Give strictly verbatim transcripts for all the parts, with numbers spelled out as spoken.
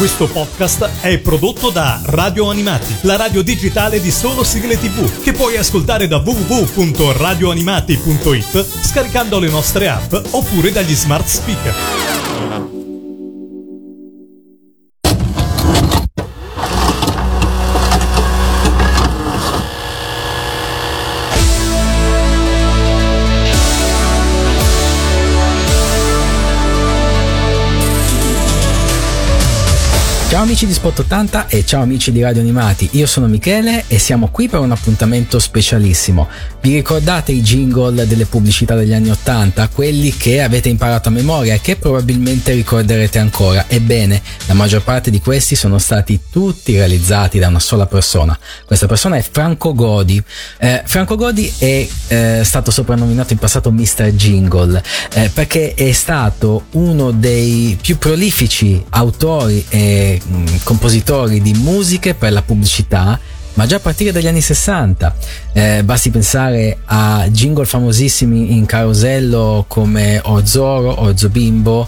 Questo podcast è prodotto da Radio Animati, la radio digitale di solo sigle tivù, che puoi ascoltare da w w w punto radio animati punto i t scaricando le nostre app oppure dagli smart speaker. Ciao amici di Spot ottanta e ciao amici di Radio Animati, io sono Michele e siamo qui per un appuntamento specialissimo. Vi ricordate i jingle delle pubblicità degli anni ottanta? Quelli che avete imparato a memoria e che probabilmente ricorderete ancora. Ebbene, la maggior parte di questi sono stati tutti realizzati da una sola persona. Questa persona è Franco Godi. Eh, Franco Godi è eh, stato soprannominato in passato mister Jingle eh, perché è stato uno dei più prolifici autori e compositori di musiche per la pubblicità, ma già a partire dagli anni sessanta. Eh, basti pensare a jingle famosissimi in carosello come Orzoro, Orzo Bimbo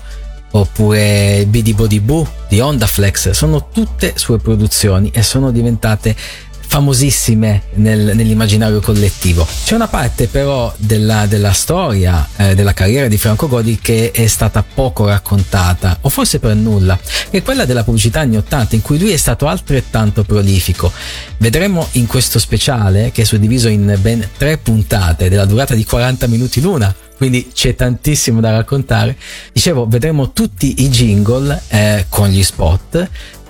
oppure Bidi Bodi Boo di Ondaflex. Sono tutte sue produzioni e sono diventate famosissime nel, nell'immaginario collettivo. C'è una parte però della, della storia eh, della carriera di Franco Godi che è stata poco raccontata, o forse per nulla, che è quella della pubblicità anni ottanta, in cui lui è stato altrettanto prolifico. Vedremo in questo speciale, che è suddiviso in ben tre puntate della durata di quaranta minuti l'una, quindi c'è tantissimo da raccontare. Dicevo, vedremo tutti i jingle eh, con gli spot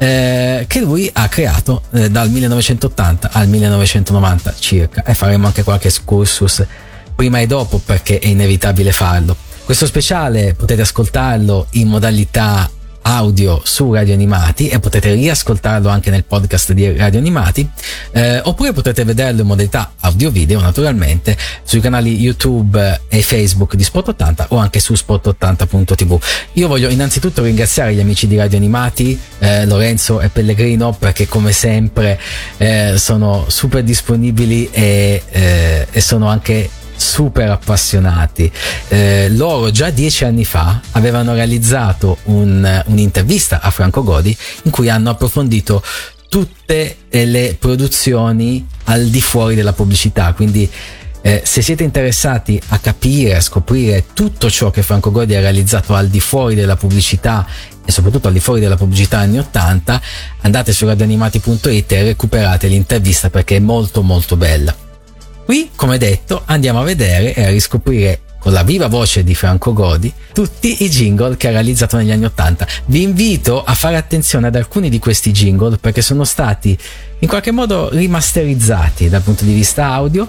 eh, che lui ha creato eh, dal millenovecentottanta al millenovecentonovanta circa, e faremo anche qualche excursus prima e dopo perché è inevitabile farlo. Questo speciale potete ascoltarlo in modalità audio su Radio Animati e potete riascoltarlo anche nel podcast di Radio Animati, eh, oppure potete vederlo in modalità audio video naturalmente sui canali YouTube e Facebook di Spot ottanta o anche su spot ottanta punto t v. Io voglio innanzitutto ringraziare gli amici di Radio Animati, eh, Lorenzo e Pellegrino, perché come sempre eh, sono super disponibili e, eh, e sono anche super appassionati. Eh, loro già dieci anni fa avevano realizzato un, un'intervista a Franco Godi in cui hanno approfondito tutte le produzioni al di fuori della pubblicità, quindi eh, se siete interessati a capire, a scoprire tutto ciò che Franco Godi ha realizzato al di fuori della pubblicità e soprattutto al di fuori della pubblicità anni ottanta, andate su radio animati punto i t e recuperate l'intervista perché è molto molto bella. Qui, come detto, andiamo a vedere e a riscoprire con la viva voce di Franco Godi tutti i jingle che ha realizzato negli anni ottanta. Vi invito a fare attenzione ad alcuni di questi jingle perché sono stati in qualche modo rimasterizzati dal punto di vista audio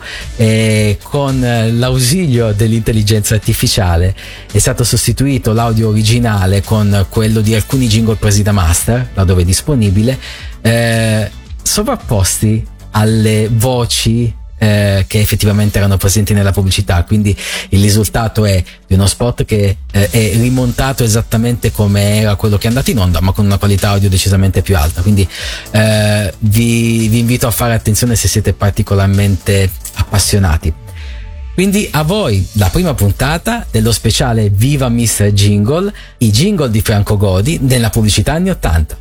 e con l'ausilio dell'intelligenza artificiale è stato sostituito l'audio originale con quello di alcuni jingle presi da master, laddove è disponibile, eh, sovrapposti alle voci Eh, che effettivamente erano presenti nella pubblicità. Quindi il risultato è di uno spot che eh, è rimontato esattamente come era quello che è andato in onda, ma con una qualità audio decisamente più alta. Quindi eh, vi, vi invito a fare attenzione se siete particolarmente appassionati. Quindi a voi la prima puntata dello speciale Viva mister Jingle, i jingle di Franco Godi nella pubblicità anni ottanta.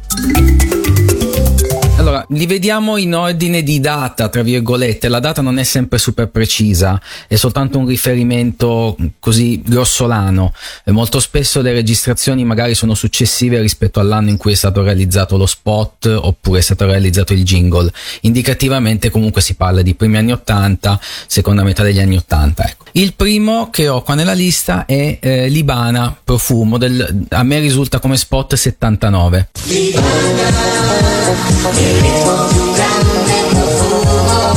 Allora, li vediamo in ordine di data, tra virgolette. La data non è sempre super precisa, è soltanto un riferimento così grossolano. E molto spesso le registrazioni magari sono successive rispetto all'anno in cui è stato realizzato lo spot oppure è stato realizzato il jingle. Indicativamente comunque si parla di primi anni ottanta, seconda metà degli anni ottanta. Ecco. Il primo che ho qua nella lista è eh, Libana, Profumo, del, a me risulta come spot settantanove. Libana, il ritmo di un grande profumo.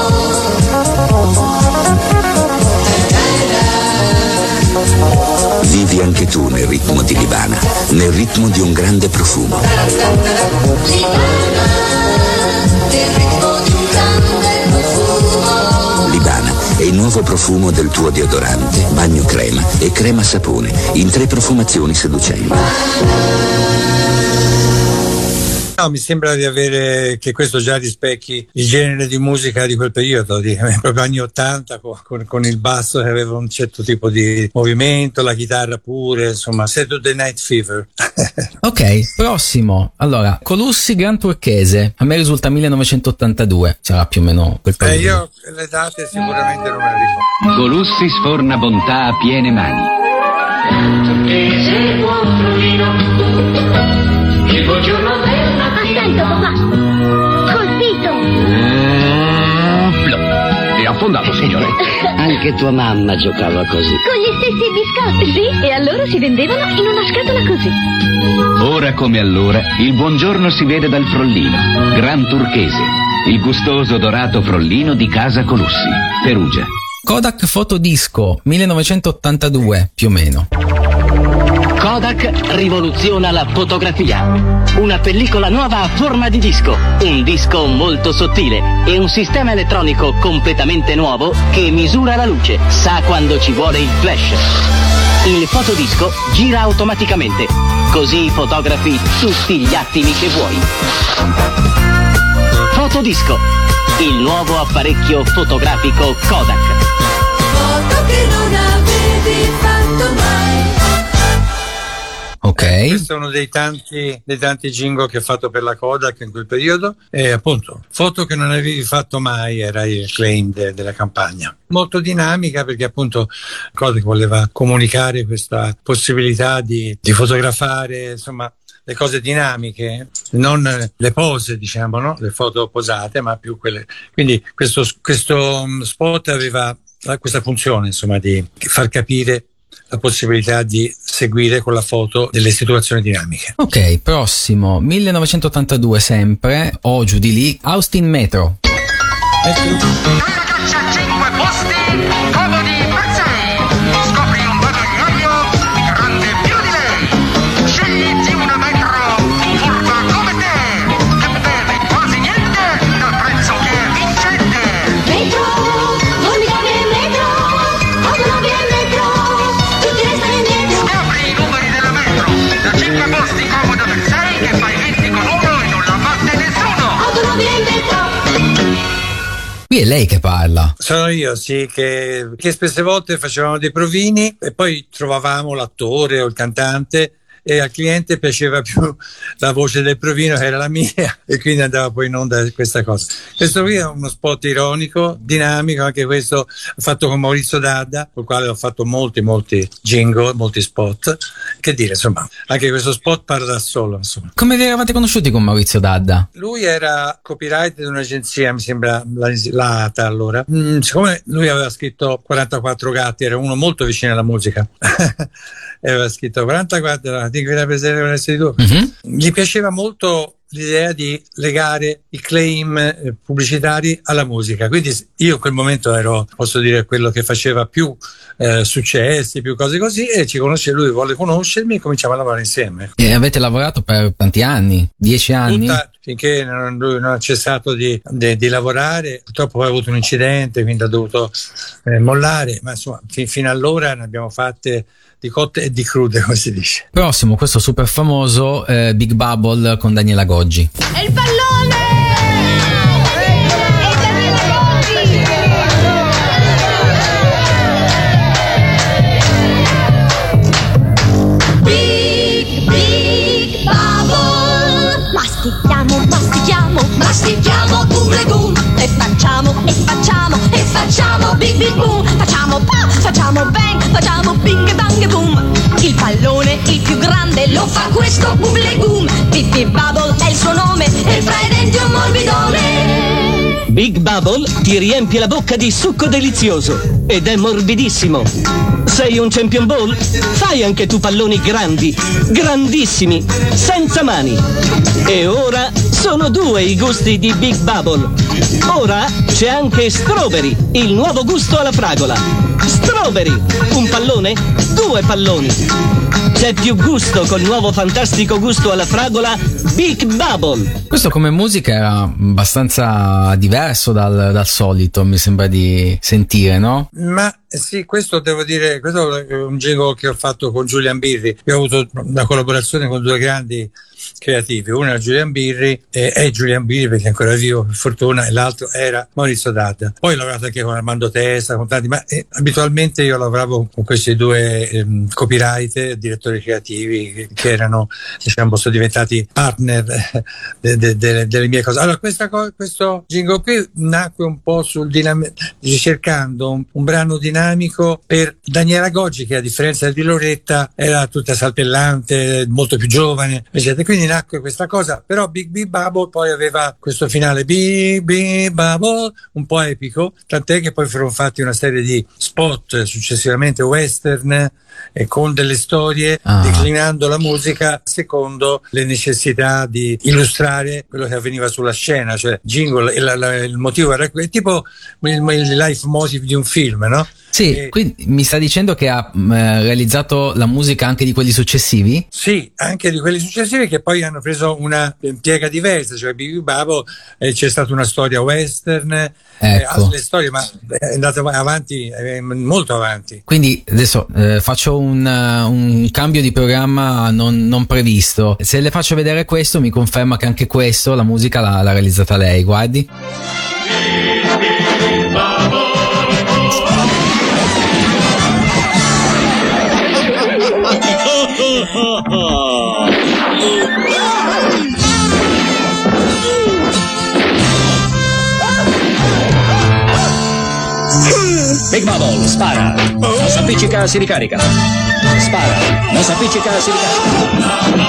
Vivi anche tu nel ritmo di Libana, nel ritmo di un grande profumo. Libana, il ritmo di un grande profumo. Libana è il nuovo profumo del tuo deodorante, bagno crema e crema sapone, in tre profumazioni seducenti. No, mi sembra di avere che questo già rispecchi il genere di musica di quel periodo, di, proprio anni ottanta, con, con il basso che aveva un certo tipo di movimento, la chitarra pure, insomma, Saturday Night Fever. Ok, prossimo. Allora, Colussi Gran Turchese, a me risulta millenovecentottantadue, sarà più o meno quel Eh, periodo. io le date sicuramente non me le ricordo. Colussi sforna bontà a piene mani. Turchese buon frullino, il buongiorno del mattino. Attento, papà! Colpito! È affondato, signore. Anche tua mamma giocava così. Con gli stessi biscotti, sì, e allora si vendevano in una scatola così. Ora come allora, il buongiorno si vede dal Frollino. Gran Turchese, il gustoso dorato Frollino di Casa Colussi, Perugia. Kodak Fotodisco, millenovecentottantadue, più o meno. Kodak rivoluziona la fotografia. Una pellicola nuova a forma di disco, un disco molto sottile e un sistema elettronico completamente nuovo che misura la luce, sa quando ci vuole il flash. Il fotodisco gira automaticamente, così fotografi tutti gli attimi che vuoi. Fotodisco, il nuovo apparecchio fotografico Kodak. Foto che non avevi fatto mai. Ok. Questo è uno dei tanti, dei tanti jingle che ho fatto per la Kodak in quel periodo, e appunto foto che non avevi fatto mai era il claim de, della campagna. Molto dinamica, perché appunto Kodak voleva comunicare questa possibilità di, di fotografare, insomma, le cose dinamiche, non le pose, diciamo, no? Le foto posate, ma più quelle. Quindi questo, questo spot aveva questa funzione, insomma, di far capire la possibilità di seguire con la foto delle situazioni dinamiche. Ok, prossimo, millenovecentottantadue sempre, o giù di lì, Austin Metro. Caccia cinque posti, comodi per sei. Scopri un bagagliaio grande più di lei. Scegliti una metro, furba come te, che beve quasi niente, dal prezzo che è vincente. Metro, formidabile metro, automobile metro, tutti restano indietro. Scopri i numeri della metro, da cinque posti comodo per sei, che fai venti con uno e non la batte nessuno. Automobile metro. Qui è lei che parla. Sono io, sì, che, che spesse volte facevamo dei provini e poi trovavamo l'attore o il cantante e al cliente piaceva più la voce del provino, che era la mia, e quindi andava poi in onda questa cosa. Questo qui è uno spot ironico, dinamico, anche questo fatto con Maurizio D'Adda, con il quale ho fatto molti molti jingle, molti spot. Che dire, insomma, anche questo spot parla da solo, insomma. Come vi eravate conosciuti con Maurizio D'Adda? Lui era copyright di un'agenzia, mi sembra la, la A T A allora. Mm, siccome lui aveva scritto quarantaquattro gatti, era uno molto vicino alla musica, e aveva scritto quarantaquattro, dico che era presente con essere tu. Mhm. Gli piaceva molto l'idea di legare i claim eh, pubblicitari alla musica, quindi io in quel momento ero, posso dire, quello che faceva più eh, successi, più cose così, e ci conosce, lui vuole conoscermi e cominciamo a lavorare insieme. E avete lavorato per tanti anni? Dieci anni? Tutta, finché non, lui non ha cessato di, di, di lavorare. Purtroppo poi ha avuto un incidente, quindi ha dovuto eh, mollare, ma insomma fin, fino allora ne abbiamo fatte di cotte e di crude, come si dice. Prossimo, questo super famoso, eh, Big Bubble con Daniela Goggi. E il pallone! E Daniela Goggi! Big, big bubble. Mastichiamo, mastichiamo, Mastichiamo buble gum e facciamo, e facciamo, e facciamo big big boom. facciamo pa, facciamo bang, facciamo bing bang boom. Il pallone, il più grande, Lo fa questo buble gum Big Big Bubble è il suo nome. e fra i denti un morbidone. Big Bubble ti riempie la bocca di succo delizioso ed è morbidissimo. Sei un champion ball? Fai anche tu palloni grandi, grandissimi, senza mani. E ora sono due i gusti di Big Bubble. Ora c'è anche Strawberry, il nuovo gusto alla fragola. Strawberry, un pallone, due palloni. C'è più gusto col nuovo fantastico gusto alla fragola Big Bubble. Questo come musica era abbastanza diverso dal, dal solito, mi sembra di sentire, no? Ma sì, questo devo dire, questo è un jingle che ho fatto con Julian Birri. Io ho avuto una collaborazione con due grandi creativi. Uno era Julian Birri, e è Julian Birri perché è ancora vivo per fortuna, e l'altro era Maurizio D'Adda. Poi ho lavorato anche con Armando Testa, con tanti, ma eh, abitualmente io lavoravo con questi due ehm, copywriter, direttori creativi che, che erano, diciamo, sono diventati partner de, de, de, delle mie cose. Allora questa co- questo jingle qui nacque un po' sul dinam- ricercando un, un brano dinamico per Daniela Goggi, che a differenza di Loretta era tutta saltellante, molto più giovane, eccetera. Quindi nacque questa cosa, però Big Big Bubble poi aveva questo finale Big Big Bubble un po' epico, tant'è che poi furono fatti una serie di spot successivamente western e con delle storie ah. declinando la musica secondo le necessità di illustrare quello che avveniva sulla scena, cioè jingle, il, il, il motivo era tipo il, il life motive di un film, no? Sì, e, quindi mi sta dicendo che ha mh, realizzato la musica anche di quelli successivi? Sì, anche di quelli successivi che poi hanno preso una piega diversa, cioè Big Bubble eh, c'è stata una storia western, ecco. eh, altre storie, ma è andata avanti, eh, molto avanti. Quindi adesso eh, faccio un, uh, un cambio di programma non, non previsto. Se le faccio vedere questo mi conferma che anche questo, la musica l'ha, l'ha realizzata lei, guardi. Big Bubble, spara. Non si appiccica, si ricarica. Spara. Non si appiccica, si ricarica.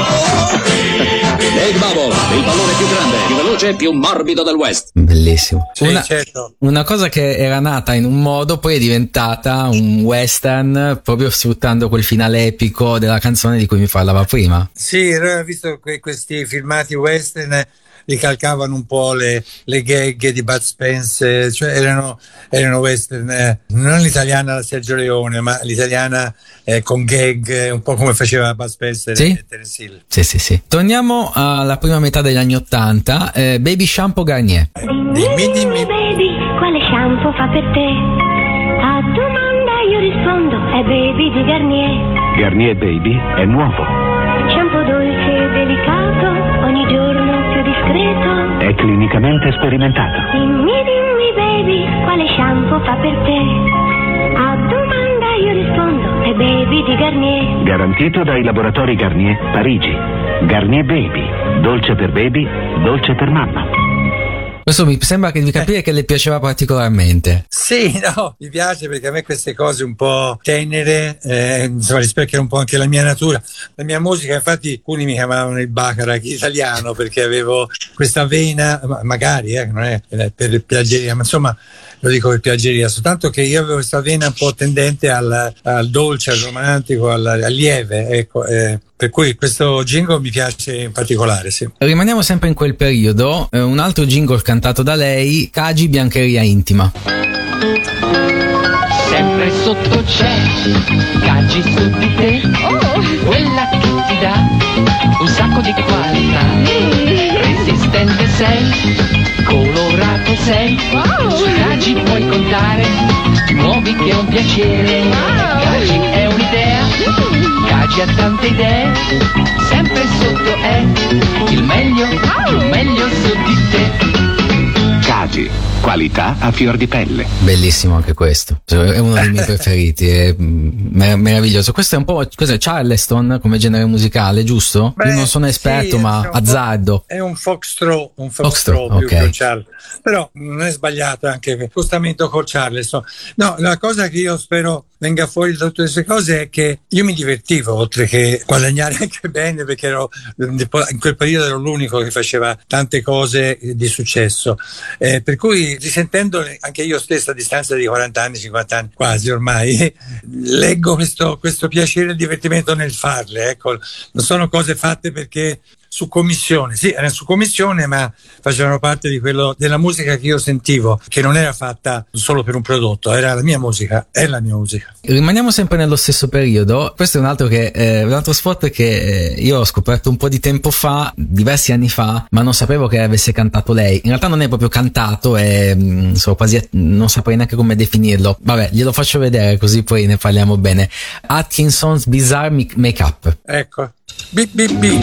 Big Bubble, il pallone più grande, più veloce, più morbido del West. Bellissimo. Sì, una, certo. Una cosa che era nata in un modo, poi è diventata un western, proprio sfruttando quel finale epico della canzone di cui mi parlava prima. Sì, ho visto que- questi filmati western, ricalcavano un po' le, le gag di Bud Spencer, cioè erano, erano western, eh, non l'italiana da Sergio Leone, ma l'italiana eh, con gag, eh, un po' come faceva Bud Spencer sì? e Terence Hill. Sì, sì, sì. Torniamo alla prima metà degli anni Ottanta, eh, Baby Shampoo Garnier. Dimmi, dimmi. Baby, quale shampoo fa per te? A domanda io rispondo, è Baby di Garnier. Garnier Baby è nuovo. Shampoo dolce e delicato, ogni giorno più discreto. È clinicamente sperimentato. Dimmi, dimmi baby, quale shampoo fa per te? A domanda io rispondo, è Baby di Garnier. Garantito dai laboratori Garnier, Parigi. Garnier Baby, dolce per baby, dolce per mamma. Questo mi sembra che di capire che le piaceva particolarmente. Sì, no, mi piace perché a me queste cose un po' tenere, eh, insomma, rispecchiano un po' anche la mia natura, la mia musica. Infatti alcuni mi chiamavano il Bacharach italiano perché avevo questa vena, ma magari, eh, non è per piaggeria, ma insomma lo dico per piaggeria, soltanto che io avevo questa vena un po' tendente al, al dolce, al romantico, al, al lieve, ecco, eh, per cui questo jingle mi piace in particolare, sì. Rimaniamo sempre in quel periodo, eh, un altro jingle cantato da lei, Cagi Biancheria Intima. Sempre sotto c'è Cagi su di te, oh. Quella che ti dà un sacco di qualità, mm. Resistente sei, colorato sei, wow. Su Cagi puoi contare, nuovi che è un piacere, wow. Cagi è un'idea, mm. Cagi ha tante idee, sempre sotto è il meglio, wow. Più meglio su di te. Cagi, qualità a fior di pelle. Bellissimo anche questo, è uno dei miei preferiti, è mer- meraviglioso. Questo è un po', cos'è, Charleston come genere musicale, giusto? Beh, io non sono esperto, sì, ma azzardo. È un foxtrot, un foxtrot, foxtrot più okay. che un Charleston. Però non è sbagliato anche il spostamento col Charleston. No, la cosa che io spero venga fuori da tutte queste cose è che io mi divertivo, oltre che guadagnare anche bene, perché ero, in quel periodo ero l'unico che faceva tante cose di successo, eh, per cui risentendole anche io stesso a distanza di quaranta anni, cinquanta anni quasi ormai, leggo questo, questo piacere e divertimento nel farle, ecco. Non sono cose fatte perché su commissione, sì, erano su commissione, ma facevano parte di quello della musica che io sentivo, che non era fatta solo per un prodotto, era la mia musica, è la mia musica. Rimaniamo sempre nello stesso periodo. Questo è un altro che eh, un altro spot che eh, io ho scoperto un po' di tempo fa, diversi anni fa, ma non sapevo che avesse cantato lei. In realtà non è proprio cantato, è mh, so, quasi non saprei neanche come definirlo. Vabbè, glielo faccio vedere così poi ne parliamo bene. Atkinson's Bizarre Make-up. Ecco. Bi bi bi.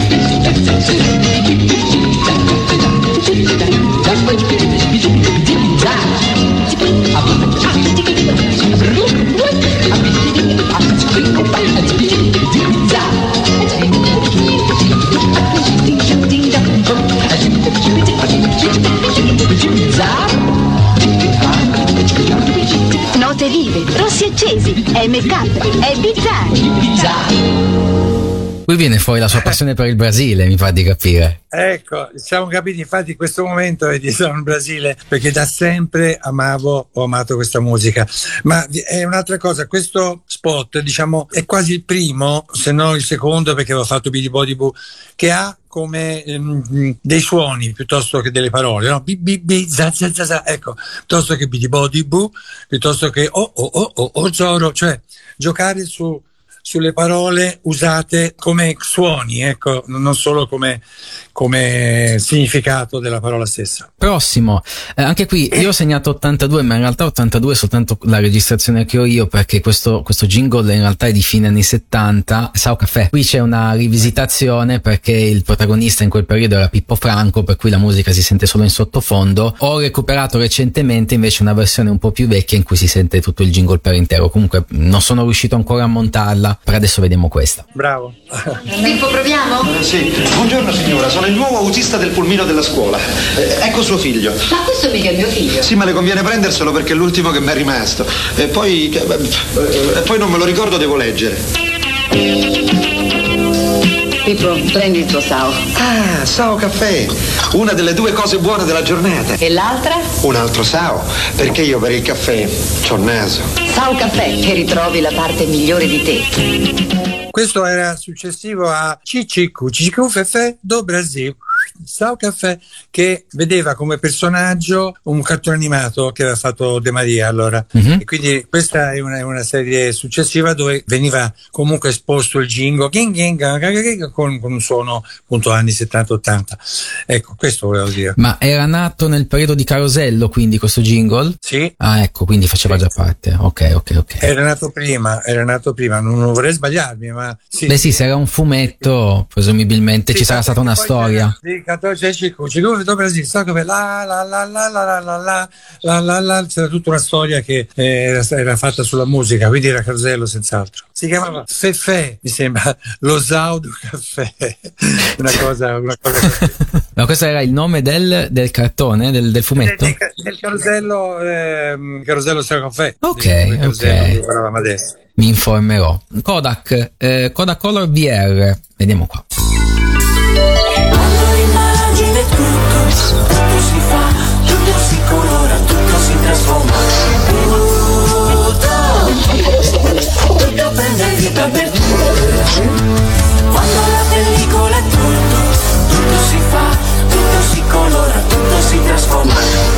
Note vive, rossi accesi, è make-up, è bizzarro. Qui viene fuori la sua passione per il Brasile, mi fa di capire. Ecco, siamo capiti, infatti in questo momento vedi, sono in Brasile perché da sempre amavo, ho amato questa musica. Ma è un'altra cosa, questo spot diciamo è quasi il primo, se non il secondo, perché avevo fatto Bidi Bodi Boo, che ha come ehm, dei suoni piuttosto che delle parole, no? Bi bi bi za za za za, ecco, piuttosto che Bidi Bodi Boo, piuttosto che oh oh oh oh oh Zoro, cioè giocare su sulle parole usate come suoni, ecco, non solo come, come significato della parola stessa. Prossimo, eh, anche qui io ho segnato ottantadue, ma in realtà ottantadue è soltanto la registrazione che ho io, perché questo, questo jingle in realtà è di fine anni settanta, Sao Caffè. Qui c'è una rivisitazione perché il protagonista in quel periodo era Pippo Franco, per cui la musica si sente solo in sottofondo. Ho recuperato recentemente invece una versione un po' più vecchia in cui si sente tutto il jingle per intero, comunque non sono riuscito ancora a montarla. Per adesso vediamo questa. Bravo. Pippo, proviamo? Eh, sì. Buongiorno signora, sono il nuovo autista del pulmino della scuola. Eh, ecco suo figlio. Ma questo mica è mio figlio. Sì, ma le conviene prenderselo perché è l'ultimo che mi è rimasto. E poi, eh, poi non me lo ricordo, devo leggere. Pippo, prendi il tuo Sao. Ah, Sao Caffè. Una delle due cose buone della giornata. E l'altra? Un altro Sao, perché io per il caffè c'ho il naso. Sao Caffè, che ritrovi la parte migliore di te. Questo era successivo a Cicicu, Cicicu Fefe do Brasil, Sao Caffè, che vedeva come personaggio un cartone animato che aveva fatto De Maria allora. Mm-hmm. E quindi questa è una, è una serie successiva dove veniva comunque esposto il jingle con, con un suono appunto anni settanta ottanta. Ecco, questo volevo dire. Ma era nato nel periodo di Carosello, quindi questo jingle? Sì. Ah, ecco, quindi faceva sì. già parte. Ok, ok, ok. Era nato prima, era nato prima, non, non vorrei sbagliarmi, ma sì. Beh sì, se era un fumetto, presumibilmente sì, ci sarà stata una storia. Sì, la la la la la la la la la la, c'era tutta una storia che era, era fatta sulla musica, quindi era Carosello senz'altro. Si chiamava Fefe, mi sembra, lo Saudo Caffè, una cosa, una cosa ma questo era il nome del, del cartone, del, del fumetto? Del, del Carosello, eh, Carosello Sao Caffè. Ok, del, del ok. Che parlavamo adesso. Mi informerò. Kodak, eh, Kodak Color V R, vediamo qua. Immagine tutto, tutto si fa, tutto si colora, tutto si trasforma. Tutto, tutto prende vita per tutto. Quando la pellicola è tutto, tutto si fa, tutto si colora, tutto si trasforma.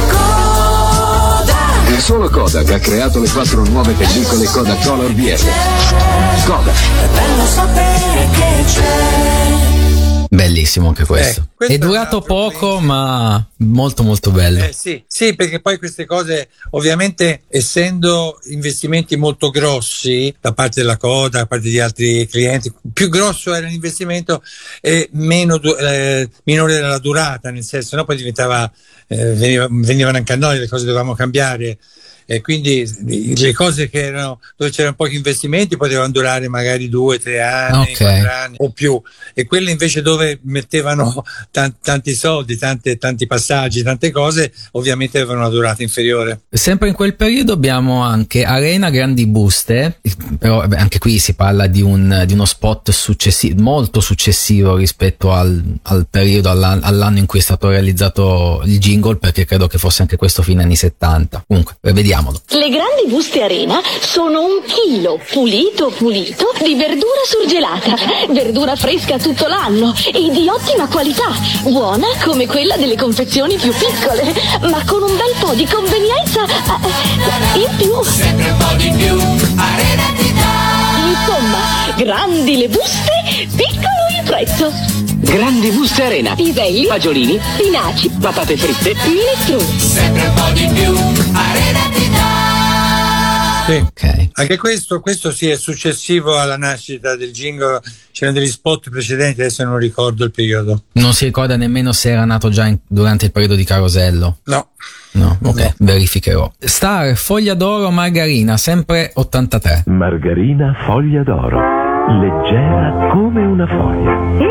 Kodak. Il solo Kodak ha creato le quattro nuove pellicole Kodak Color V R. Kodak. È bello sapere che c'è. Bellissimo anche questo. Eh, questo è durato è poco, ma molto molto bello. Eh, sì, sì, perché poi queste cose, ovviamente, essendo investimenti molto grossi da parte della Kodak, da parte di altri clienti, più grosso era l'investimento e meno eh, minore era la durata, nel senso, no? Poi diventava, eh, veniva, venivano anche a noi, le cose dovevamo cambiare. E quindi le cose che erano dove c'erano pochi investimenti potevano durare magari due, tre anni, okay. quattro anni o più, e quelle invece dove mettevano tanti, tanti soldi, tante, tanti passaggi, tante cose, ovviamente avevano una durata inferiore. Sempre in quel periodo abbiamo anche Arena Grandi Buste, però beh, anche qui si parla di, un, di uno spot successivo, molto successivo rispetto al, al periodo, all'anno, all'anno in cui è stato realizzato il jingle, perché credo che fosse anche questo fine anni settanta. Comunque, vediamo. Le grandi buste Arena sono un chilo pulito pulito di verdura surgelata, verdura fresca tutto l'anno e di ottima qualità, buona come quella delle confezioni più piccole, ma con un bel po' di convenienza eh, in più. Sempre un po' di più, Arena ti dà. Insomma, grandi le buste, piccolo il prezzo. Grandi buste Arena, piselli, fagiolini, spinaci, patate fritte, minestrone. Sempre un po' di più, Arena ti dà. Sì. Ok. Anche questo, questo sì è successivo alla nascita del jingle, c'erano degli spot precedenti, adesso non ricordo il periodo. Non si ricorda nemmeno se era nato già in- durante il periodo di Carosello. No. No, ok, no. Verificherò. Star, Foglia d'Oro, Margarina, sempre ottantatré. Margarina, foglia d'oro, leggera come una foglia.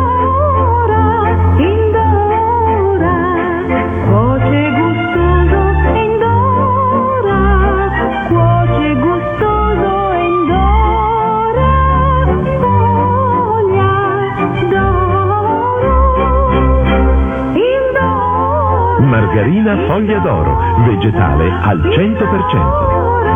Cuoce gustoso e indora, cuoce gustoso e indora, foglia d'oro, indora. Margarina, foglia d'oro, vegetale al cento per cento.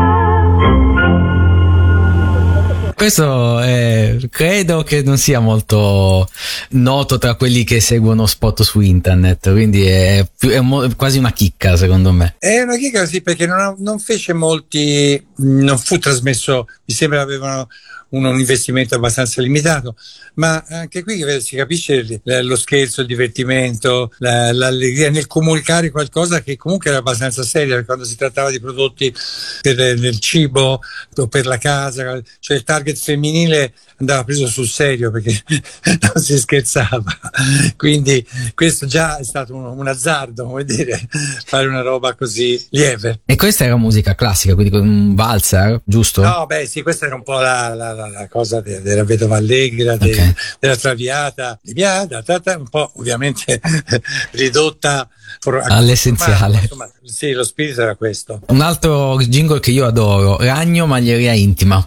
Questo è, credo che non sia molto noto tra quelli che seguono spot su internet, quindi è, più, è mo- quasi una chicca secondo me. È una chicca sì, perché non, ha, non fece molti, non fu trasmesso, mi sembra avevano un, un investimento abbastanza limitato, ma anche qui si capisce lo scherzo, il divertimento, la, l'allegria nel comunicare qualcosa che comunque era abbastanza seria quando si trattava di prodotti per il cibo o per la casa, cioè il target femminile andava preso sul serio perché non si scherzava, quindi questo già è stato un, un azzardo, come dire, fare una roba così lieve. E questa era musica classica, quindi un valzer, giusto? No, beh sì, questa era un po' la, la, la, la cosa de, della Vedova Allegra, de, Okay. della Traviata, di Biada, tata, un po' ovviamente ridotta for- All'essenziale. ma, insomma, sì, lo spirito era questo. Un altro jingle che io adoro, Ragno Maglieria Intima.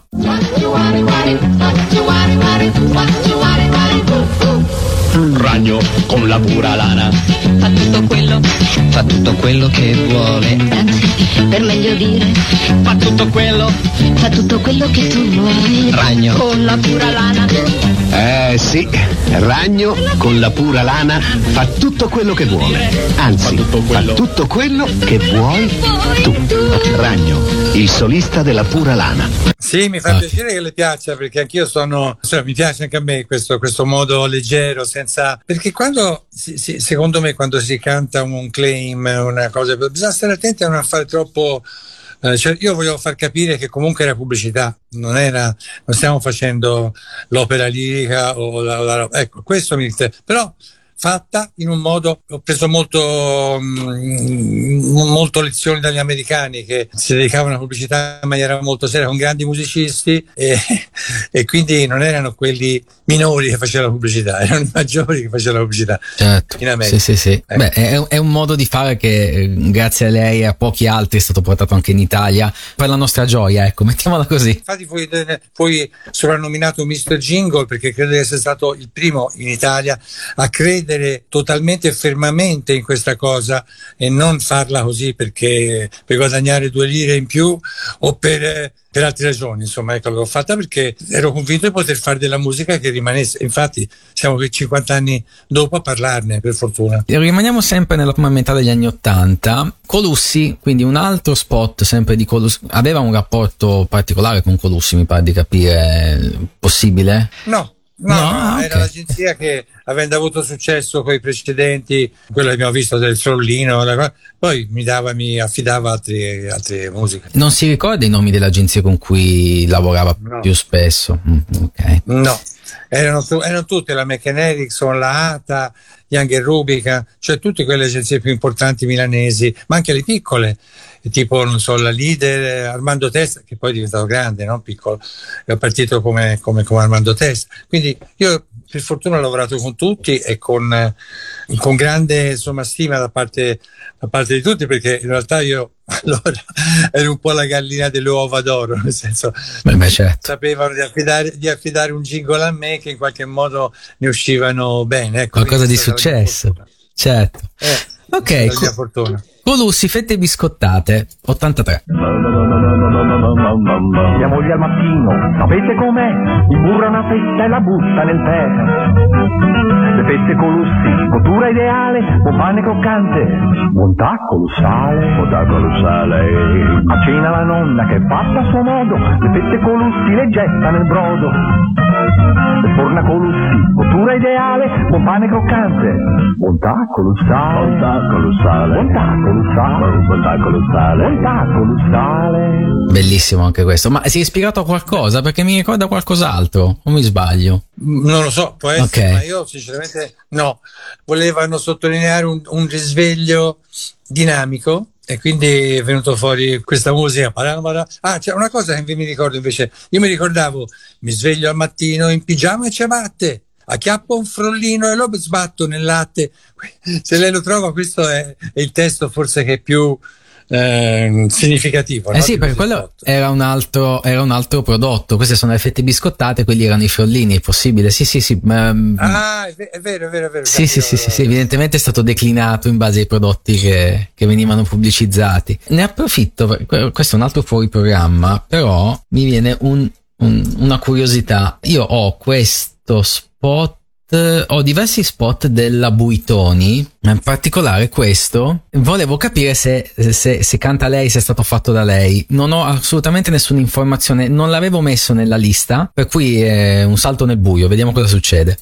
Ragno con la pura lana Fa tutto quello, fa tutto quello che vuole. Anzi, per meglio dire, fa tutto quello, fa tutto quello che tu vuoi. Ragno Con la pura lana. Eh sì, Ragno con la pura lana fa tutto quello che vuole. Anzi, fa tutto quello che vuoi tu. Ragno, il solista della pura lana. Sì, mi fa ah. piacere che le piaccia, perché anch'io sono, cioè, mi piace anche a me questo, questo modo leggero, senza, perché quando si, si, secondo me quando si canta un claim, una cosa, bisogna stare attenti a non fare troppo, eh, cioè io voglio far capire che comunque era pubblicità, non era, non stiamo facendo l'opera lirica o la, la, ecco, questo mi interessa, però fatta in un modo, ho preso molto mh, molto lezioni dagli americani che si dedicavano alla pubblicità in maniera molto seria con grandi musicisti e, e quindi non erano quelli minori che facevano la pubblicità, erano i maggiori che facevano la pubblicità. Certo. In America. Sì, sì, sì. Eh. Beh, è, è un modo di fare che grazie a lei e a pochi altri è stato portato anche in Italia per la nostra gioia, ecco, mettiamola così. Infatti poi, poi soprannominato mister Jingle perché credo di essere stato il primo in Italia a credere totalmente e fermamente in questa cosa e non farla così perché per guadagnare due lire in più o per, per altre ragioni, insomma, ecco, l'ho fatta perché ero convinto di poter fare della musica che rimanesse, infatti siamo qui cinquanta anni dopo a parlarne, per fortuna. Rimaniamo sempre nella prima metà degli anni ottanta. Colussi, quindi un altro spot sempre di Colussi, aveva un rapporto particolare con Colussi, mi pare di capire, possibile? No. No, No, no, okay. era l'agenzia che, avendo avuto successo con i precedenti, quello che abbiamo visto del Frollino, la, poi mi dava, mi affidava altre, altre musiche. Non si ricorda i nomi delle agenzie con cui lavorava no. più spesso? Mm, ok. No, erano, erano tutte la Meccan Erickson, la ATA, Young Rubica, cioè tutte quelle agenzie più importanti milanesi, ma anche le piccole, tipo, non so, la leader Armando Testa, che poi è diventato grande, non piccolo, è partito come, come, come Armando Testa. Quindi io per fortuna ho lavorato con tutti e con, con grande insomma stima da parte, da parte di tutti, perché in realtà io allora ero un po' la gallina delle uova d'oro, nel senso beh, beh, certo. sapevano di affidare, di affidare un jingle a me che in qualche modo ne uscivano bene. Ecco, qualcosa di successo, certo. Eh, ok, co- fortuna. Colussi, fette biscottate, ottantatré. Mia moglie al mattino, sapete com'è? Mi burra una fetta e la butta nel tè. Le fette Colussi, cottura struttura ideale, buon pane croccante, bontà colossale, bontà colossale. A cena la nonna che fatta a suo modo, le fette colussi le getta nel brodo. Le forna colussi, cottura ideale, buon pane croccante, bontà colossale, bontà colossale, bontà colossale, bontà colossale, bontà colossale. Bellissimo anche questo, ma si è ispirato a qualcosa? Perché mi ricorda qualcos'altro, o mi sbaglio? Non lo so, può essere, Okay. ma io sinceramente no. Volevano sottolineare un, un risveglio dinamico e quindi è venuto fuori questa musica. Ah, c'è una cosa che mi ricordo invece, io mi ricordavo, mi sveglio al mattino in pigiama e ciabatte, acchiappo un frollino e lo sbatto nel latte. Se lei lo trova, questo è, è il testo forse che è più eh, significativo. Eh no? sì, perché quello era un altro era un altro prodotto. Queste sono le fette biscottate, quelli erano i frollini, è possibile? Sì, sì, sì. Ma, Ah, è, ve- è vero, è vero, è vero. sì, sì, sì, sì, sì, evidentemente è stato declinato in base ai prodotti che, che venivano pubblicizzati. Ne approfitto, per- questo è un altro fuori programma, però mi viene un, un- una curiosità. Io ho questo spot, ho diversi spot della Buitoni, ma in particolare questo. Volevo capire se, se, se canta lei, se è stato fatto da lei. Non ho assolutamente nessuna informazione, non l'avevo messo nella lista, per cui è un salto nel buio, vediamo cosa succede.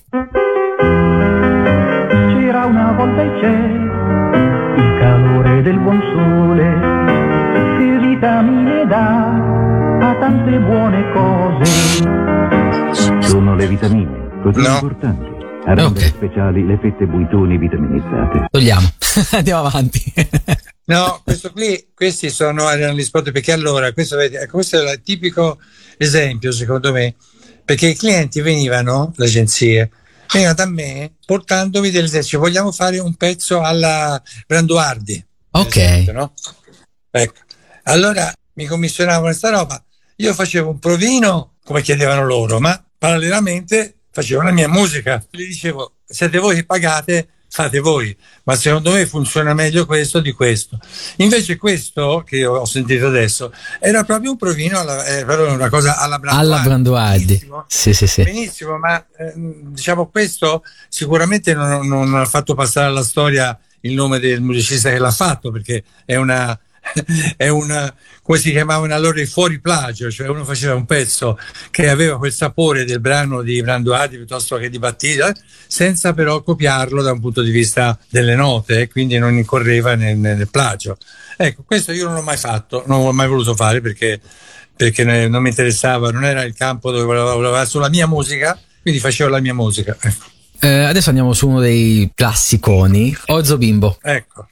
C'era una volta e c'è il calore del buon sole che vitamine dà a tante buone cose. Sono le vitamine così importanti a rendere speciali le fette Buitoni vitaminizzate. Togliamo, andiamo avanti. No, questo qui, questi sono, erano gli spot, perché allora, questo, vedi, questo era il tipico esempio secondo me, perché i clienti venivano, le agenzie, venivano da me portandomi delle idee, vogliamo fare un pezzo alla Branduardi. Ok. Esempio, no? Ecco. Allora mi commissionavano questa roba, io facevo un provino come chiedevano loro, ma parallelamente facevo la mia musica. Gli dicevo, siete voi che pagate, fate voi, ma secondo me funziona meglio questo di questo. Invece questo che io ho sentito adesso era proprio un provino, alla, eh, proprio una cosa alla Branduardi. Alla Branduardi. Sì, sì, sì. Benissimo, ma eh, diciamo questo sicuramente non, non ha fatto passare alla storia il nome del musicista che l'ha fatto, perché è una è una, come si chiamavano allora, i fuori plagio, cioè uno faceva un pezzo che aveva quel sapore del brano di Branduardi piuttosto che di Battista, senza però copiarlo da un punto di vista delle note, e quindi non incorreva nel, nel plagio. Ecco, questo io non l'ho mai fatto, non l'ho mai voluto fare perché, perché non mi interessava, non era il campo dove volevo lavorare sulla mia musica, quindi facevo la mia musica. Ecco. Eh, adesso andiamo su uno dei classiconi, Orzo Bimbo. Ecco.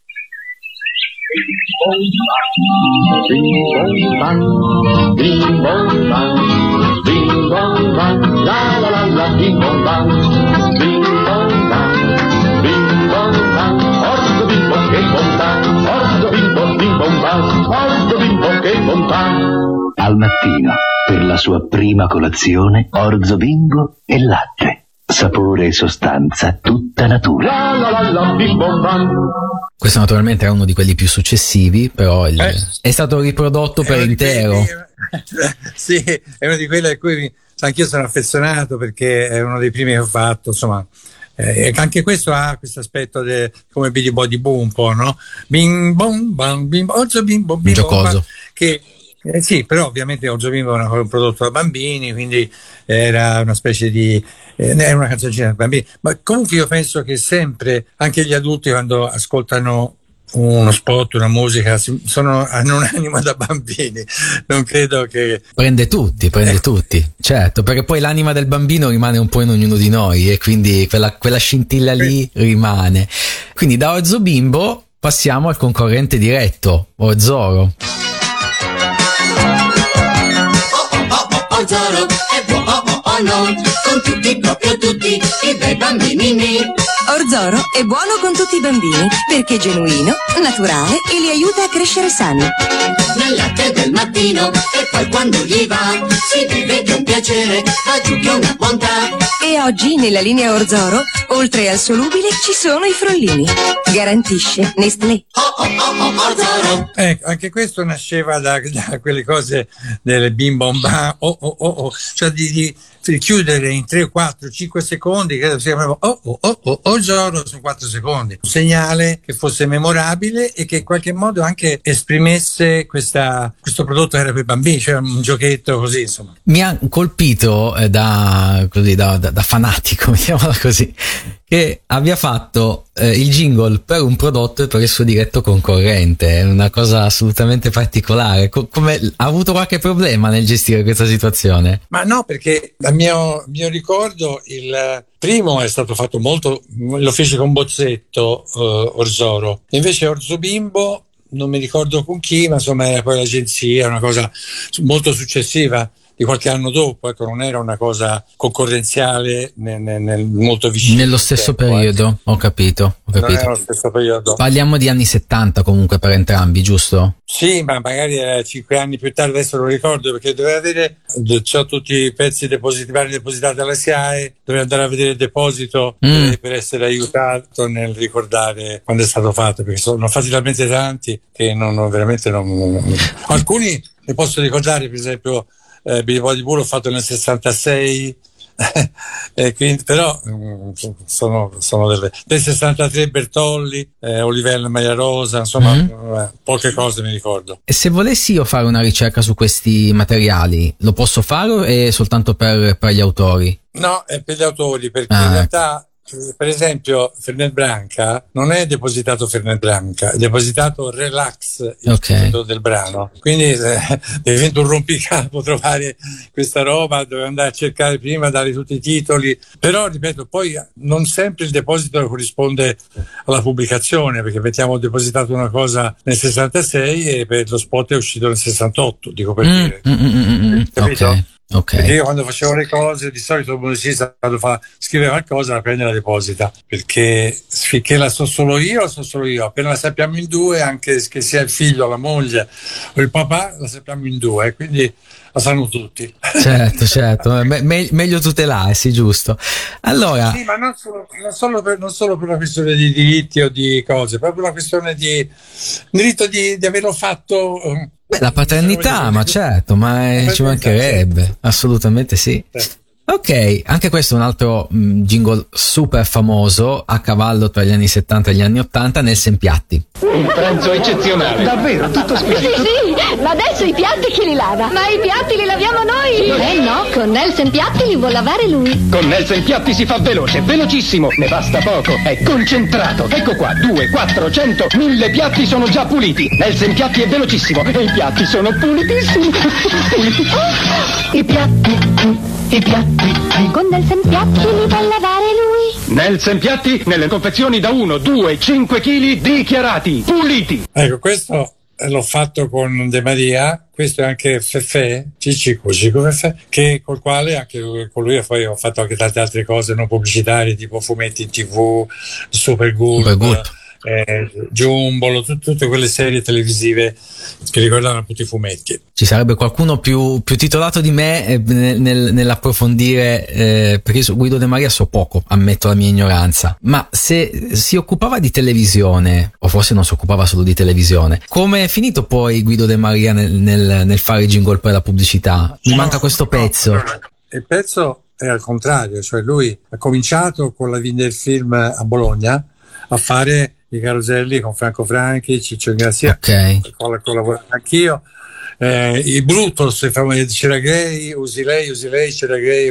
La la la la, bing bong bang, bing bong bang, bing bong bang, Orzo Bimbo che bontà, Orzo Bimbo, bing bong bang, Orzo Bimbo che bontà. Al mattino, per la sua prima colazione, Orzo Bimbo e latte. Sapore e sostanza tutta natura. La la la la, bing bong bang. Questo naturalmente era uno di quelli più successivi, però il, Eh. è stato riprodotto È per uno di intero. quelli- sì, è uno di quelli a cui mi- anch'io sono affezionato, perché è uno dei primi che ho fatto, insomma. Eh, anche questo ha questo aspetto de, come Billy Body Boom, un po', no? Bing bong bang, bing bong, Orzo Bimbo, bing bong Giocoso. bang, che eh, sì, però ovviamente Orzo Bimbo era un prodotto da bambini, quindi era una specie di eh, è una canzoncina da bambini, ma comunque io penso che sempre anche gli adulti, quando ascoltano uno spot, una musica, si- sono, hanno un animo da bambini, non credo che Prende tutti, prende tutti, certo, perché poi l'anima del bambino rimane un po' in ognuno di noi e quindi quella, quella scintilla lì rimane. Quindi da Orzo Bimbo passiamo al concorrente diretto, Orzoro. Orzoro è buono o no, con tutti, proprio tutti, i bei bambini. Orzoro è buono con tutti i bambini perché è genuino, naturale e li aiuta a crescere sani. Nel latte del mattino e poi quando gli va, si vive che un piacere, va giù che una bontà. E oggi nella linea Orzoro, oltre al solubile, ci sono i frollini. Garantisce Nestlé. Oh oh oh oh, Orzoro. ecco, anche questo nasceva da, da quelle cose delle bim bom bam, oh oh oh oh, cioè di, di, di chiudere in tre, quattro, cinque secondi, credo sia proprio oh oh oh oh Orzoro sono quattro secondi, un segnale che fosse memorabile e che in qualche modo anche esprimesse questa, questo prodotto era per bambini, cioè un giochetto così, insomma. Mi ha colpito eh, da, così, da, da, da fanatico, mettiamola così, che abbia fatto eh, il jingle per un prodotto e per il suo diretto concorrente. È una cosa assolutamente particolare. Co- come, ha avuto qualche problema nel gestire questa situazione? Ma no, perché a mio, mio ricordo il primo è stato fatto molto, lo fece con Bozzetto, eh, Orzoro, invece Orzo Bimbo non mi ricordo con chi, ma insomma era poi l'agenzia, una cosa molto successiva di qualche anno dopo, ecco, non era una cosa concorrenziale nel, nel, molto vicino. Nello stesso tempo, periodo, ecco. ho capito, ho capito. Non era lo stesso periodo. Parliamo di anni settanta comunque per entrambi, giusto? Sì, ma magari era cinque anni più tardi, adesso lo ricordo, perché doveva avere, c'ho tutti i pezzi depositari depositati alla S I A E, doveva andare a vedere il deposito mm. per, per essere aiutato nel ricordare quando è stato fatto, perché sono fatti talmente tanti che non, non veramente non, non... Alcuni ne posso ricordare, per esempio Eh, Billy Boy di Bull l'ho fatto nel sessantasei eh, quindi, però mh, sono, sono delle, del sessantatré Bertolli, eh, Olivella Maria Rosa, insomma mm-hmm. eh, poche cose mi ricordo. E se volessi io fare una ricerca su questi materiali, lo posso fare o è soltanto per, per gli autori? No, è per gli autori, perché ah. in realtà per esempio Fernet Branca non è depositato Fernet Branca, è depositato Relax, il okay. titolo del brano, quindi eh, diventa un rompicapo trovare questa roba, dove andare a cercare prima, dare tutti i titoli, però ripeto poi non sempre il deposito corrisponde alla pubblicazione, perché mettiamo depositato una cosa nel sessantasei e per lo spot è uscito nel sessantotto, dico per mm, dire mm, mm, mm, capito? Okay. Okay. Perché io quando facevo le cose di solito il musicista quando fa, scrive qualcosa la prende e la deposita, perché finché la so solo io la so solo io, appena la sappiamo in due, anche che sia il figlio, la moglie o il papà, la sappiamo in due, quindi la sanno tutti. Certo, certo, me- me- meglio tutelarsi, giusto. Allora, sì, ma non solo, non, solo per, non solo per una questione di diritti o di cose, proprio una questione di diritto di, di averlo fatto. Beh, la paternità, ma certo, ma eh, ci mancherebbe, assolutamente sì. sì. Ok, anche questo è un altro mh, jingle super famoso a cavallo tra gli anni settanta e gli anni ottanta, Nelson Piatti. Un pranzo eccezionale. Davvero, tutto squisito. Sì, sì, ma adesso i piatti chi li lava? Ma i piatti li laviamo noi! Eh no, con Nelson Piatti li vuol lavare lui. Con Nelson Piatti si fa veloce, velocissimo, ne basta poco, è concentrato. Ecco qua, due, quattro, cento, mille piatti sono già puliti. Nelson Piatti è velocissimo e i piatti sono pulitissimi. Puliti. I piatti, i piatti. Con Nelson Piatti li vuol lavare lui. Nelson Piatti nelle confezioni da uno, due, cinque chili dichiarati, puliti. Ecco, questo l'ho fatto con De Maria, questo è anche Feffè, Cicci Cucico Feffè, che col quale anche con lui poi ho fatto anche tante altre cose non pubblicitarie, tipo fumetti in tv, Super Good, Super Good. Eh, Giumbolo, tut- tutte quelle serie televisive che ricordano appunto i fumetti. Ci sarebbe qualcuno più, più titolato di me eh, nel, nel, nell'approfondire, eh, perché io su Guido De Maria so poco, ammetto la mia ignoranza, ma se si occupava di televisione, o forse non si occupava solo di televisione, come è finito poi Guido De Maria nel, nel, nel fare i jingle per la pubblicità? Mi no, manca questo pezzo. No, il pezzo è al contrario, cioè lui ha cominciato con la del film a Bologna a fare i caroselli con Franco Franchi, Ciccio Ingrazia, okay. con la collaborato anch'io, eh, i Brutus, c'era Gray, usi lei, usi lei, c'era Gray,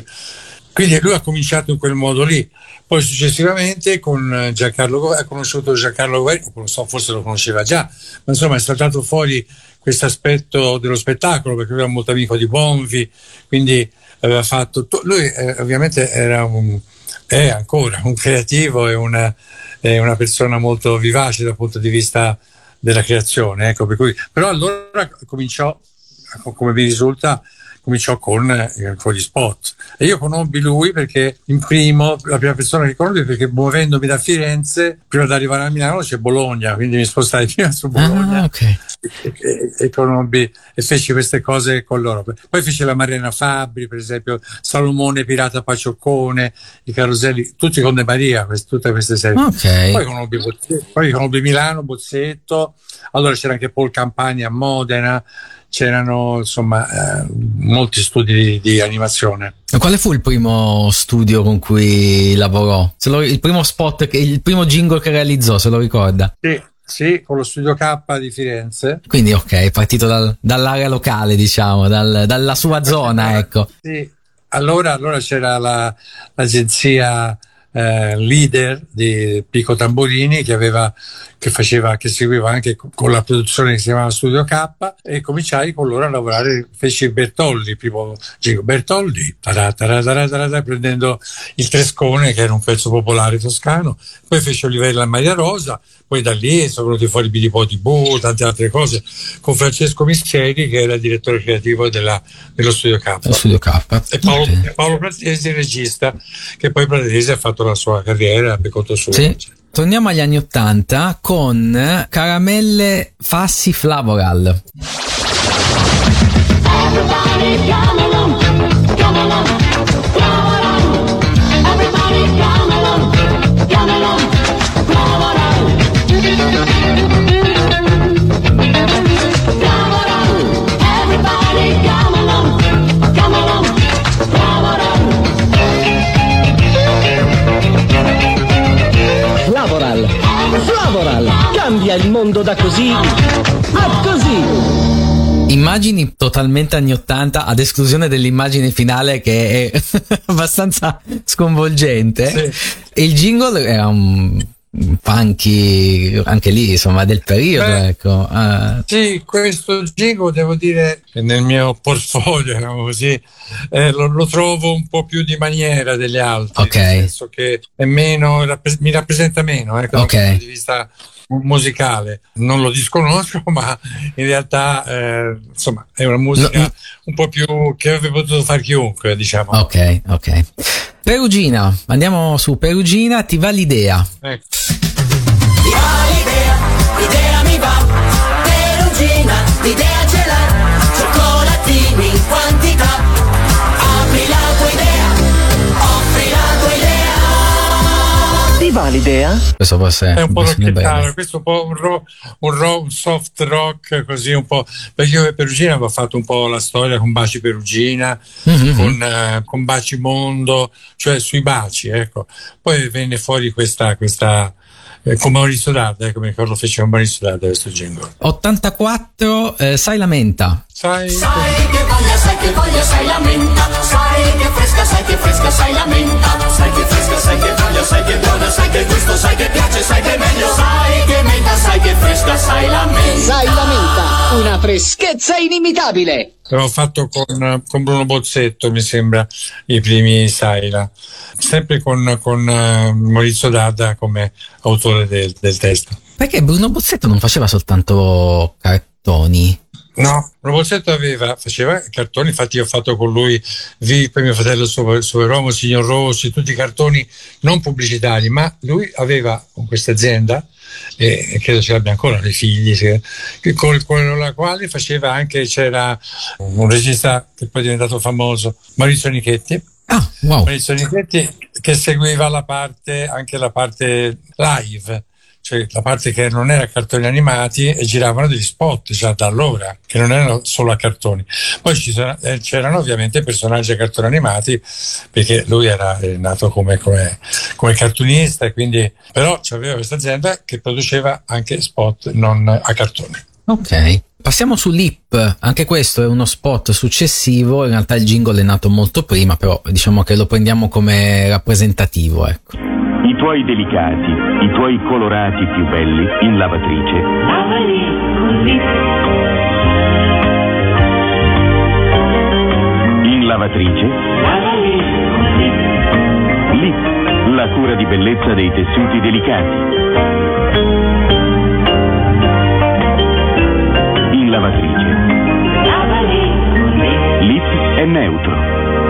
quindi lui ha cominciato in quel modo lì. Poi successivamente con Giancarlo ha conosciuto Giancarlo Guerri, non so, forse lo conosceva già, ma insomma è saltato fuori questo aspetto dello spettacolo, perché lui era molto amico di Bonvi, quindi aveva fatto, lui eh, ovviamente era un, è ancora un creativo e una è una persona molto vivace dal punto di vista della creazione, ecco, per cui, però allora cominciò, come mi risulta, cominciò con, eh, con gli spot, e io conobbi lui perché in primo, la prima persona che conobbi, perché muovendomi da Firenze prima di arrivare a Milano c'è Bologna, quindi mi spostai prima su Bologna. Ah, okay. e, e, e conobbi e feci queste cose con loro. Poi fece la Mariana Fabbri, per esempio, Salomone Pirata Pacioccone, i Caroselli, tutti con De Maria, queste, tutte queste serie. Okay. Poi conobbi, poi conobbi Milano, Bozzetto, allora c'era anche Paul Campagna a Modena, c'erano insomma eh, molti studi di, di animazione. Quale fu il primo studio con cui lavorò? Se lo, il primo spot, che, il primo jingle che realizzò, se lo ricorda? Sì, sì, con lo Studio K di Firenze. Quindi ok, è partito dal, dall'area locale, diciamo, dal, dalla sua zona, ecco. Sì, allora, allora c'era la, l'agenzia eh, Leader di Pico Tamburini che aveva che faceva che seguiva anche con la produzione che si chiamava Studio K, e cominciai con loro a lavorare. Feci Bertoldi, primo dico Bertoldi tarà, tarà, tarà, tarà, prendendo il Trescone, che era un pezzo popolare toscano, poi feci Olivella e Maria Rosa, poi da lì sono venuti fuori Bidipoti Bu, tante altre cose, con Francesco Mischeri che era il direttore creativo della, dello Studio K, Studio K. e Paolo, Paolo Pratesi, il regista, che poi Pratesi ha fatto la sua carriera per conto suo. Sì. Torniamo agli anni Ottanta con Caramelle Fassi Flavoral. Flavoral, Flavoral, cambia il mondo da così a così. Immagini totalmente anni ottanta, ad esclusione dell'immagine finale che è abbastanza sconvolgente. Sì. E il jingle era un funky anche lì, insomma, del periodo. Beh, ecco. Uh. Sì, questo jingle devo dire che nel mio portfolio, diciamo così, eh, lo, lo trovo un po' più di maniera degli altri, okay. Nel senso che è meno, rappres- mi rappresenta meno, ecco, okay. dal punto di vista musicale. Non lo disconosco, ma in realtà eh, insomma è una musica no. un po' più che avrebbe potuto fare chiunque, diciamo. Ok, ok. Perugina, andiamo su Perugina, ti va l'idea? Ecco. Ti va l'idea, l'idea mi va, Perugina, l'idea ce l'ha, cioccolatini in quantità, apri la tua idea, offri la tua idea. Ti va l'idea? Questo forse è un po' rocchettaro, questo è un po' un, ro- un, ro- un soft rock, così un po', perché io e Perugina avevo fatto un po' la storia con Baci Perugina, mm-hmm. con, uh, con Baci Mondo, cioè sui baci, ecco. Poi venne fuori questa, questa eh, con Maurizio D'Arda, ecco, mi ricordo fece con Maurizio D'Arda questo jingle. ottantaquattro, eh, sai la menta. Sai, sai che voglia, sai che voglia, sai la menta, sai che fresca, sai che fresca, sai la menta, sai che fresca, sai che voglia, sai che buona, sai che gusto, sai che piace, sai che meglio, sai che menta, sai che fresca, sai la menta. Sai la menta, una freschezza inimitabile. L'avevo fatto con, con Bruno Bozzetto, mi sembra, i primi Saila, sempre con, con uh, Maurizio D'Arda come autore del, del testo. Perché Bruno Bozzetto non faceva soltanto cartoni? No, Bruno Bozzetto aveva, faceva cartoni, infatti io ho fatto con lui Vip, mio fratello Super, Superuomo, Signor Rossi, tutti i cartoni non pubblicitari, ma lui aveva con questa azienda, e credo ce l'abbia ancora dei figli, con, con la quale faceva anche, c'era un regista che poi è diventato famoso, Maurizio Nichetti. Ah, wow. Maurizio Nichetti, che seguiva la parte, anche la parte live, cioè la parte che non era cartoni animati, e giravano degli spot già da allora, che non erano solo a cartoni. Poi ci sono, eh, c'erano ovviamente personaggi a cartoni animati, perché lui era eh, nato come, come, come cartunista, e quindi però c'aveva questa azienda che produceva anche spot non a cartoni. Ok. Passiamo su Lip, anche questo è uno spot successivo, in realtà il jingle è nato molto prima, però diciamo che lo prendiamo come rappresentativo, ecco. I tuoi delicati, i tuoi colorati più belli in lavatrice. Lavali così. In lavatrice. Lavali così. Lip, la cura di bellezza dei tessuti delicati. In lavatrice. Lavali così. Lip è neutro.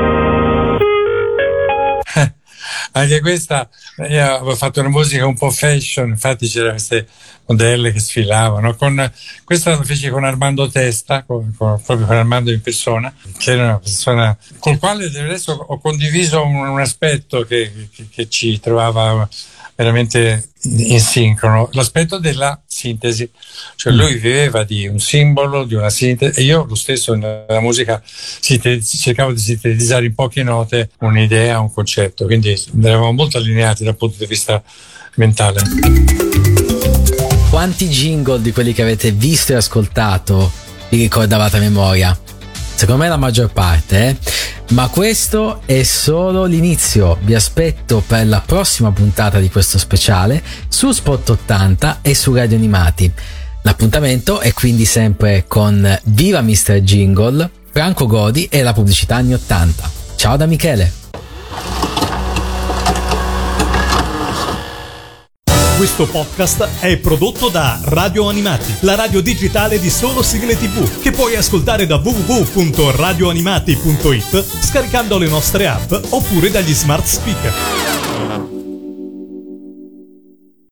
Anche questa, io avevo fatto una musica un po' fashion, infatti c'erano queste modelle che sfilavano, con, questa la feci con Armando Testa, con, con, proprio con Armando in persona, che era una persona col quale adesso ho condiviso un, un aspetto che, che, che ci trovava veramente in sincrono, l'aspetto della sintesi, cioè lui viveva di un simbolo, di una sintesi, e io lo stesso nella musica sintesi, cercavo di sintetizzare in poche note un'idea, un concetto, quindi eravamo molto allineati dal punto di vista mentale. Quanti jingle di quelli che avete visto e ascoltato vi ricordavate a memoria? Secondo me la maggior parte, eh? Ma questo è solo l'inizio. Vi aspetto per la prossima puntata di questo speciale su Spot ottanta e su Radio Animati. L'appuntamento è quindi sempre con Viva mister Jingle, Franco Godi e la pubblicità anni ottanta. Ciao da Michele. Questo podcast è prodotto da Radio Animati, la radio digitale di solo sigle tivù, che puoi ascoltare da w w w punto radio animati punto it scaricando le nostre app oppure dagli smart speaker.